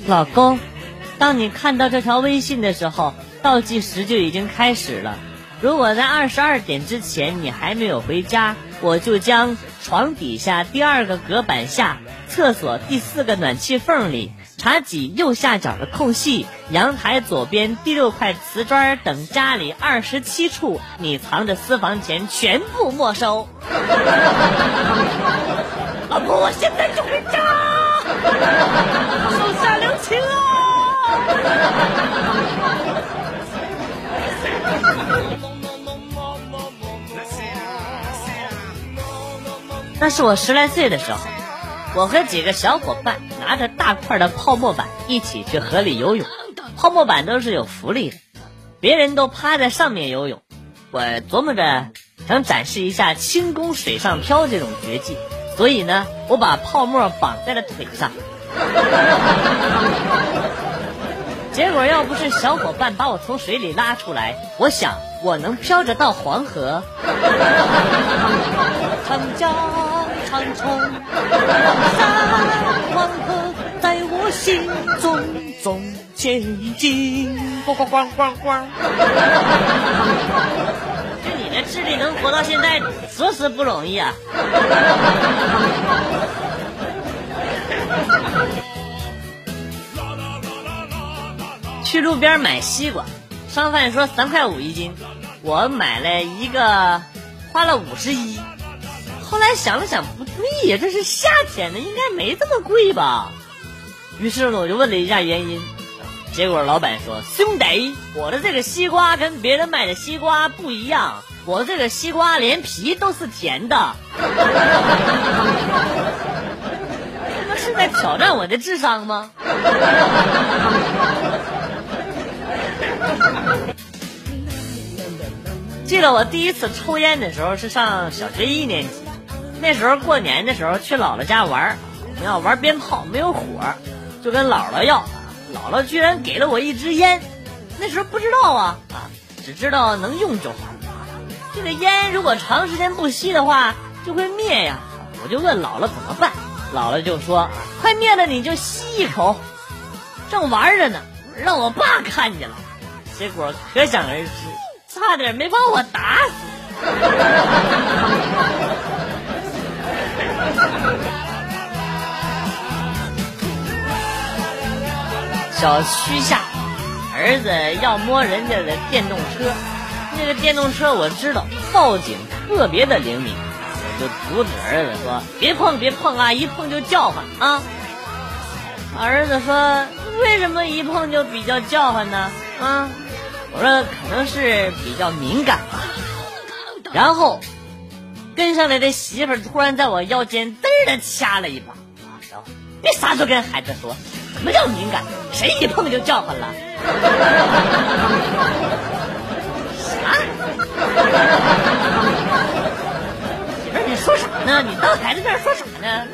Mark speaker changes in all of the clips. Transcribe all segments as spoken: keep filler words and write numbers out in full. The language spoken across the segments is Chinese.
Speaker 1: 老公，当你看到这条微信的时候，倒计时就已经开始了。如果在二十二点之前你还没有回家，我就将床底下第二个隔板下、厕所第四个暖气缝里、茶几右下角的空隙、阳台左边第六块瓷砖等家里二十七处你藏的私房钱全部没收。老婆，我现在就回家，手下留情啊！那是我十来岁的时候，我和几个小伙伴拿着大块的泡沫板一起去河里游泳。泡沫板都是有浮力的，别人都趴在上面游泳，我琢磨着想展示一下轻功水上漂这种绝技，所以呢，我把泡沫绑在了腿上。结果要不是小伙伴把我从水里拉出来，我想我能飘着到黄河。长江长冲山黄河，在我心中总前进。咣咣咣咣咣。就你的智力能活到现在，着实不容易啊。去路边买西瓜，商贩说三块五一斤，我买了一个，花了五十一。后来想了想，不对呀，这是夏天的，应该没这么贵吧？于是我就问了一下原因，结果老板说：“兄弟，我的这个西瓜跟别人卖的西瓜不一样，我这个西瓜连皮都是甜的。”这不是在挑战我的智商吗？记得我第一次抽烟的时候是上小学一年级，那时候过年的时候去姥姥家玩，我们要玩鞭炮，没有火，就跟姥姥要，姥姥居然给了我一支烟。那时候不知道啊啊，只知道能用就好。这个烟如果长时间不吸的话就会灭呀，我就问姥姥怎么办，姥姥就说：“快灭了你就吸一口。”正玩着呢，让我爸看见了，结果可想而知，差点没把我打死。小区下，儿子要摸人家的电动车，那个电动车我知道，报警特别的灵敏，我就阻止儿子说：“别碰别碰啊，一碰就叫唤啊。”儿子说：“为什么一碰就比较叫唤呢？”啊，我说可能是比较敏感吧。然后跟上来的媳妇儿突然在我腰间嘚儿的掐了一把，然后别啥都跟孩子说，什么叫敏感？谁一碰就叫唤了？啥？媳妇儿你说啥呢？你当孩子这说啥呢？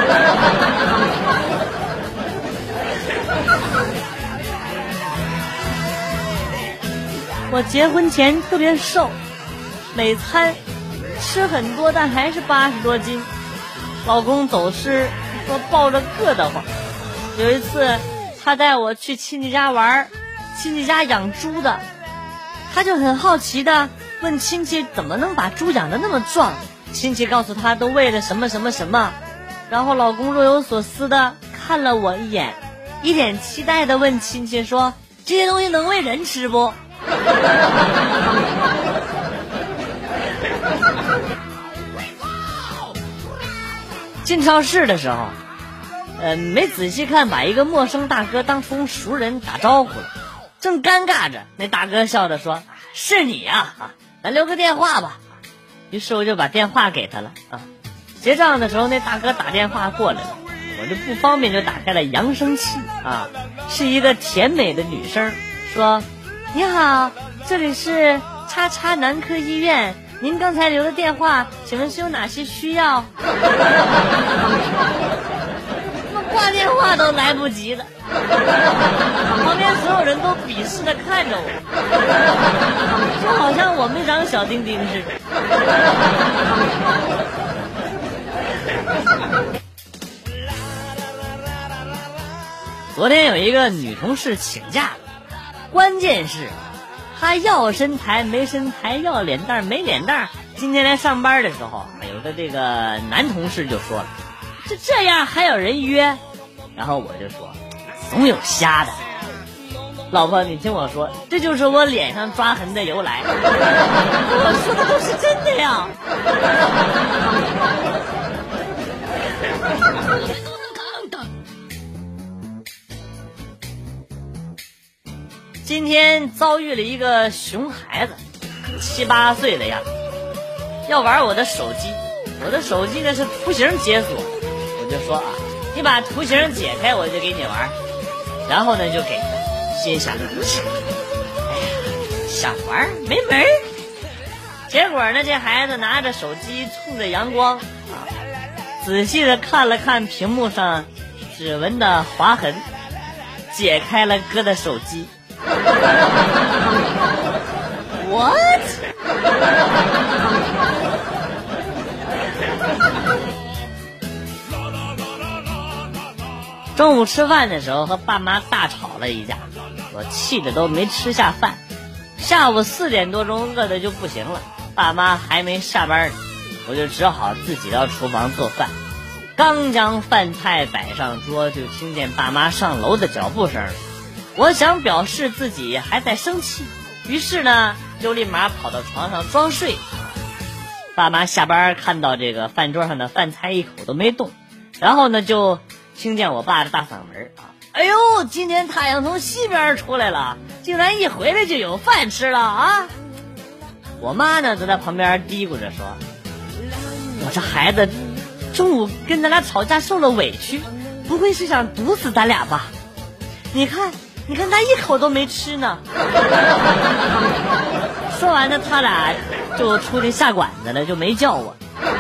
Speaker 1: 我结婚前特别瘦，每餐吃很多，但还是八十多斤。老公走失，说抱着硌得慌。有一次他带我去亲戚家玩，亲戚家养猪的，他就很好奇的问亲戚怎么能把猪养得那么壮，亲戚告诉他都为了什么什么什么。然后老公若有所思的看了我一眼，一脸期待的问亲戚说：“这些东西能喂人吃不？”进超市的时候，呃，没仔细看，把一个陌生大哥当成熟人打招呼了，正尴尬着，那大哥笑着说：“是你呀，啊，咱留个电话吧。”于是我就把电话给他了啊。结账的时候，那大哥打电话过来了，我就不方便，就打开了扬声器啊，是一个甜美的女生，说：“你好，这里是叉叉男科医院，您刚才留的电话，请问是有哪些需要？”那挂电话都来不及了，旁边所有人都鄙视的看着我，就好像我没长小丁丁似的。 昨天有一个女同事请假了，关键是她要身材没身材，要脸蛋没脸蛋。今天来上班的时候，有个这个男同事就说了，这这样还有人约？然后我就说，总有瞎的。老婆，你听我说，这就是我脸上抓痕的由来。我说的都是真的呀。今天遭遇了一个熊孩子，七八岁的样子，要玩我的手机。我的手机呢是图形解锁，我就说啊，你把图形解开，我就给你玩。然后呢就给他，心想，哎呀，想玩没门儿。结果呢，这孩子拿着手机冲着阳光啊，仔细的看了看屏幕上指纹的划痕，解开了哥的手机。What？ 中午吃饭的时候和爸妈大吵了一架，我气得都没吃下饭。下午四点多钟饿得就不行了，爸妈还没下班呢，我就只好自己到厨房做饭。刚将饭菜摆上桌，就听见爸妈上楼的脚步声。我想表示自己还在生气，于是呢就立马跑到床上装睡。爸妈下班看到这个饭桌上的饭菜一口都没动，然后呢就听见我爸的大嗓门啊，哎呦，今天太阳从西边出来了，竟然一回来就有饭吃了啊！我妈呢则在旁边嘀咕着说，我这孩子中午跟咱俩吵架受了委屈，不会是想毒死咱俩吧？你看你看他一口都没吃呢。说完呢，他俩就出去下馆子了，就没叫我。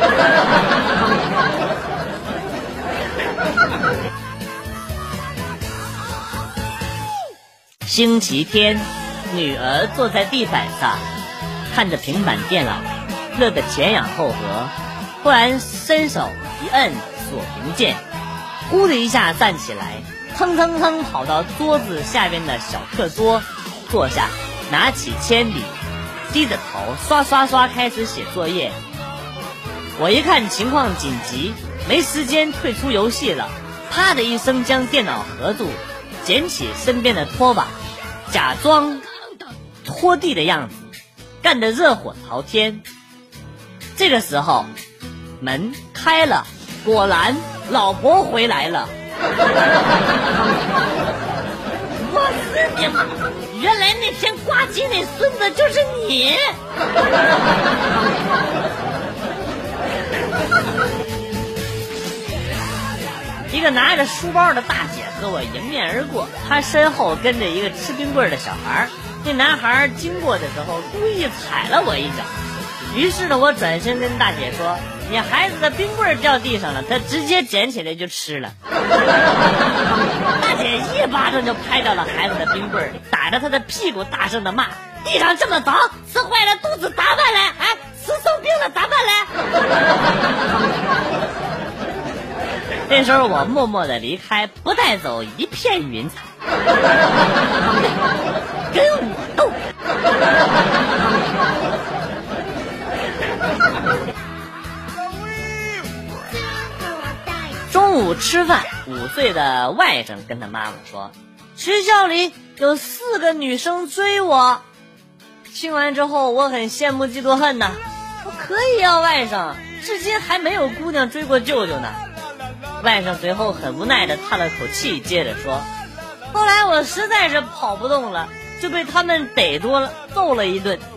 Speaker 1: 星期天，女儿坐在地板上看着平板电脑，乐得前仰后合，忽然伸手一摁锁屏键，呼的一下站起来，蹭蹭蹭跑到桌子下边的小课桌坐下，拿起铅笔，低着头刷刷刷开始写作业。我一看情况紧急，没时间退出游戏了，啪的一声将电脑合住，捡起身边的拖把，假装拖地的样子，干得热火朝天。这个时候门开了，果然老婆回来了。我日你妈！原来那天挂机那孙子就是你！一个拿着书包的大姐和我迎面而过，她身后跟着一个吃冰棍的小孩。那男孩经过的时候故意踩了我一脚，于是呢，我转身跟大姐说：“你孩子的冰棍掉地上了。”她直接捡起来就吃了。大姐一巴掌就拍到了孩子的冰棍，打着他的屁股大声的骂：“地上这么脏，吃坏了肚子咋办嘞？哎，吃生病了咋办嘞？”这时候我默默的离开，不带走一片云彩。跟我斗！中午吃饭，五岁的外甥跟他妈妈说，学校里有四个女生追我。听完之后，我很羡慕嫉妒恨呐。我可以啊，外甥，至今还没有姑娘追过舅舅呢。外甥随后很无奈的叹了口气，接着说，后来我实在是跑不动了，就被他们逮住了，揍了一顿。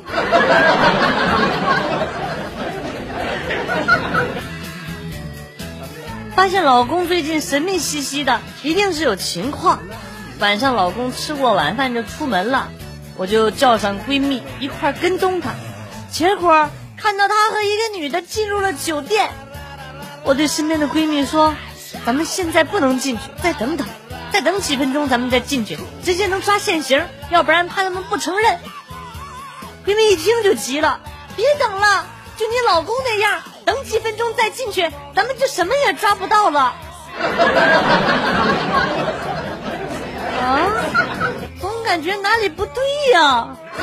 Speaker 1: 发现老公最近神秘兮兮的，一定是有情况。晚上老公吃过晚饭就出门了，我就叫上闺蜜一块跟踪他，结果看到他和一个女的进入了酒店。我对身边的闺蜜说，咱们现在不能进去，再等等，再等几分钟咱们再进去，直接能抓现行，要不然怕他们不承认。闺蜜一听就急了，别等了，就你老公那样，等几分钟再进去，咱们就什么也抓不到了。 啊，总感觉哪里不对呀。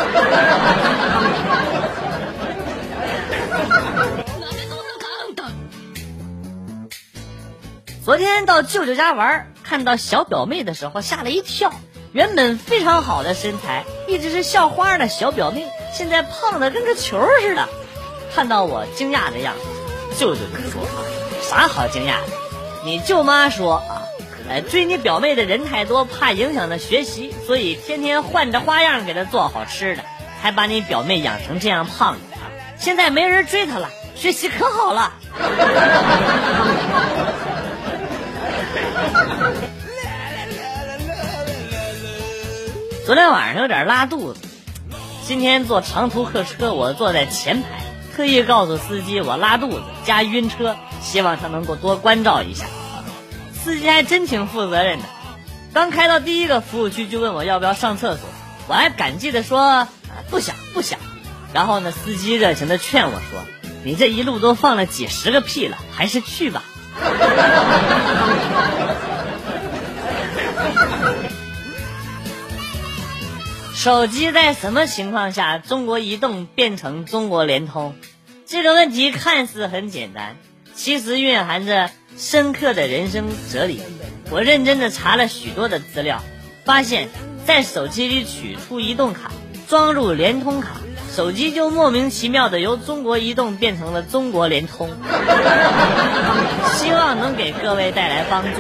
Speaker 1: 昨天到舅舅家玩，看到小表妹的时候吓了一跳。原本非常好的身材，一直是校花的小表妹，现在胖的跟个球似的。看到我惊讶的样子，舅舅就说：“啥好惊讶的？你舅妈说啊，呃，追你表妹的人太多，怕影响她学习，所以天天换着花样给她做好吃的，才把你表妹养成这样胖的。现在没人追她了，学习可好了。”昨天晚上有点拉肚子，今天坐长途客车，我坐在前排，特意告诉司机我拉肚子加晕车，希望他能够多关照一下。司机还真挺负责任的，刚开到第一个服务区就问我要不要上厕所，我还感激的说、啊、不想不想。然后呢，司机热情的劝我说：“你这一路都放了几十个屁了，还是去吧。”手机在什么情况下中国移动变成中国联通？这个问题看似很简单，其实蕴含着深刻的人生哲理。我认真的查了许多的资料，发现在手机里取出移动卡，装入联通卡，手机就莫名其妙的由中国移动变成了中国联通。希望能给各位带来帮助。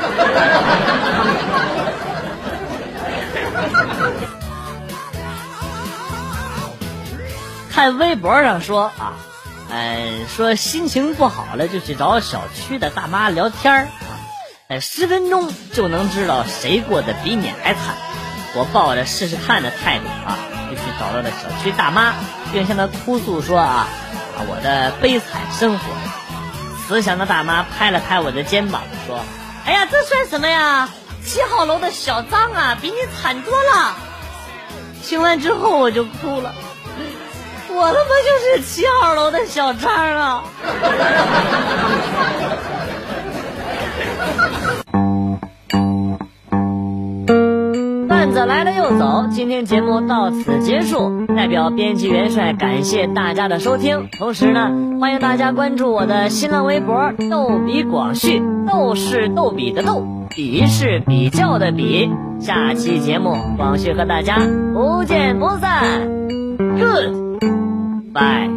Speaker 1: 看微博上说啊，嗯，说心情不好了就去找小区的大妈聊天啊，呃，十分钟就能知道谁过得比你还惨。我抱着试试看的态度啊，就去找到了小区大妈，并向她哭诉说啊啊我的悲惨生活。慈祥的大妈拍了拍我的肩膀说：“哎呀，这算什么呀？七号楼的小张啊，比你惨多了。”听完之后我就哭了。我他妈就是七号楼的小张啊！段子来了又走，今天节目到此结束。代表编辑元帅感谢大家的收听，同时呢，欢迎大家关注我的新浪微博“逗比广旭”，逗是逗比的逗，比是比较的比。下期节目，广旭和大家不见不散。Good。Bye.